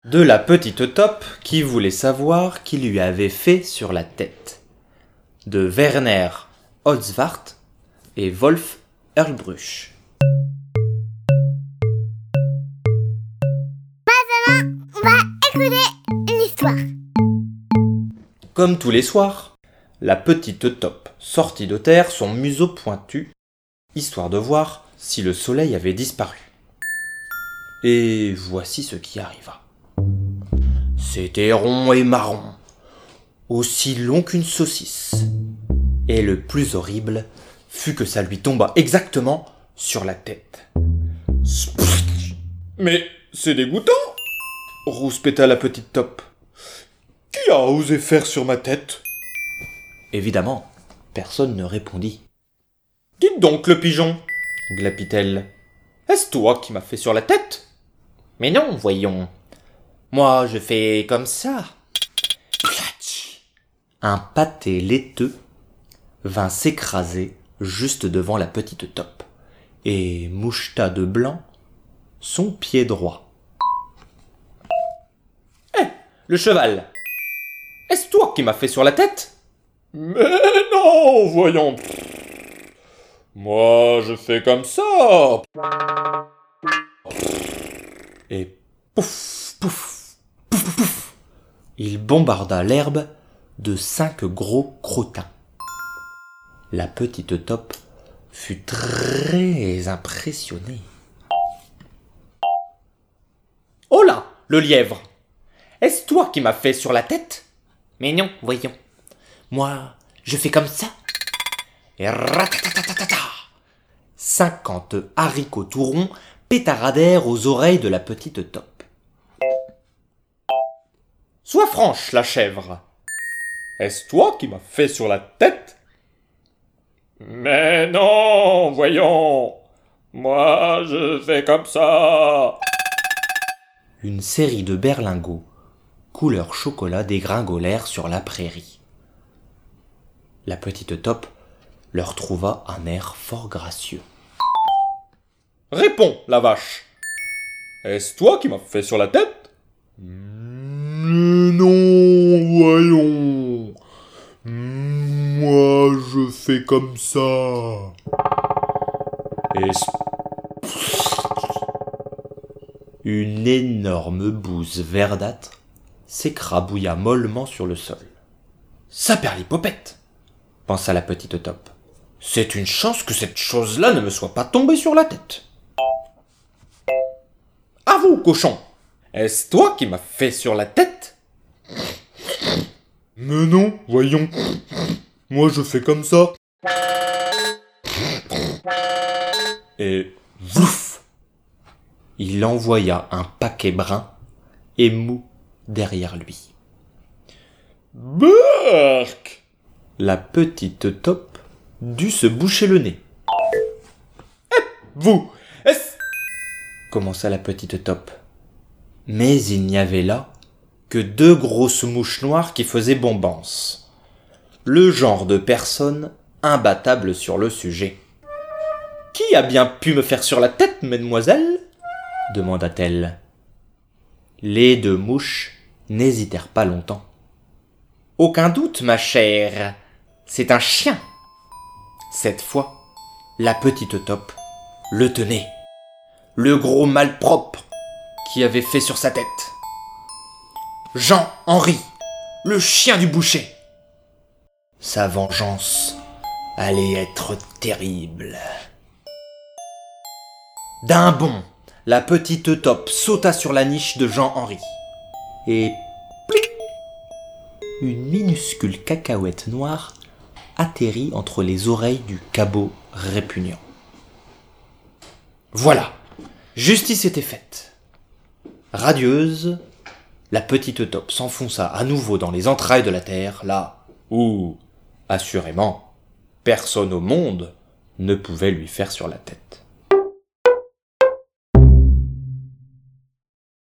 De la petite Top qui voulait savoir qui lui avait fait sur la tête. De Werner Holzwart et Wolf Erlbruch. Maintenant, on va écouter une histoire. Comme tous les soirs, la petite Top sortit de terre son museau pointu, histoire de voir si le soleil avait disparu. Et voici ce qui arriva. C'était rond et marron, aussi long qu'une saucisse. Et le plus horrible fut que ça lui tomba exactement sur la tête. Mais c'est dégoûtant, rouspéta la petite Top. Qui a osé faire sur ma tête ? Évidemment, personne ne répondit. Dites donc, le pigeon, glapit-elle. Est-ce toi qui m'as fait sur la tête ? Mais non, voyons. Moi, je fais comme ça. Un pâté laiteux vint s'écraser juste devant la petite Top et moucheta de blanc son pied droit. Hé, le cheval, est-ce toi qui m'as fait sur la tête ? Mais non, voyons. Moi, je fais comme ça. Et pouf, pouf, pouf, pouf, pouf, il bombarda l'herbe de 5 gros crottins. La petite Top fut très impressionnée. Oh là, le lièvre, est-ce toi qui m'as fait sur la tête ? Mais non, voyons. Moi, je fais comme ça. Et ratatatatata, 50 haricots tout ronds pétaradèrent aux oreilles de la petite Top. Sois franche, la chèvre. Est-ce toi qui m'as fait sur la tête ? Mais non, voyons. Moi, je fais comme ça. Une série de berlingots, couleur chocolat, dégringolèrent sur la prairie. La petite Top leur trouva un air fort gracieux. Réponds, la vache. Est-ce toi qui m'as fait sur la tête ? Non, voyons. Moi, je fais comme ça. Et une énorme bouse verdâtre s'écrabouilla mollement sur le sol. Saperlipopette, pensa la petite Top. C'est une chance que cette chose-là ne me soit pas tombée sur la tête. À vous, cochon. Est-ce toi qui m'as fait sur la tête ? Mais non, voyons. Moi, je fais comme ça. Et vouf, il envoya un paquet brun et mou derrière lui. Berk ! La petite Top dut se boucher le nez. Vous, est-ce... commença la petite Top. Mais il n'y avait là que 2 grosses mouches noires qui faisaient bombance. Le genre de personne imbattable sur le sujet. Qui a bien pu me faire sur la tête, mademoiselle ? Demanda-t-elle. Les 2 mouches n'hésitèrent pas longtemps. Aucun doute, ma chère, c'est un chien. Cette fois, la petite Top le tenait. Le gros malpropre qui avait fait sur sa tête. Jean-Henri, le chien du boucher. Sa vengeance allait être terrible. D'un bond, la petite Top sauta sur la niche de Jean-Henri. Et plic, une minuscule cacahuète noire atterrit entre les oreilles du cabot répugnant. Voilà, justice était faite. Radieuse, la petite Top s'enfonça à nouveau dans les entrailles de la terre, là où, assurément, personne au monde ne pouvait lui faire sur la tête.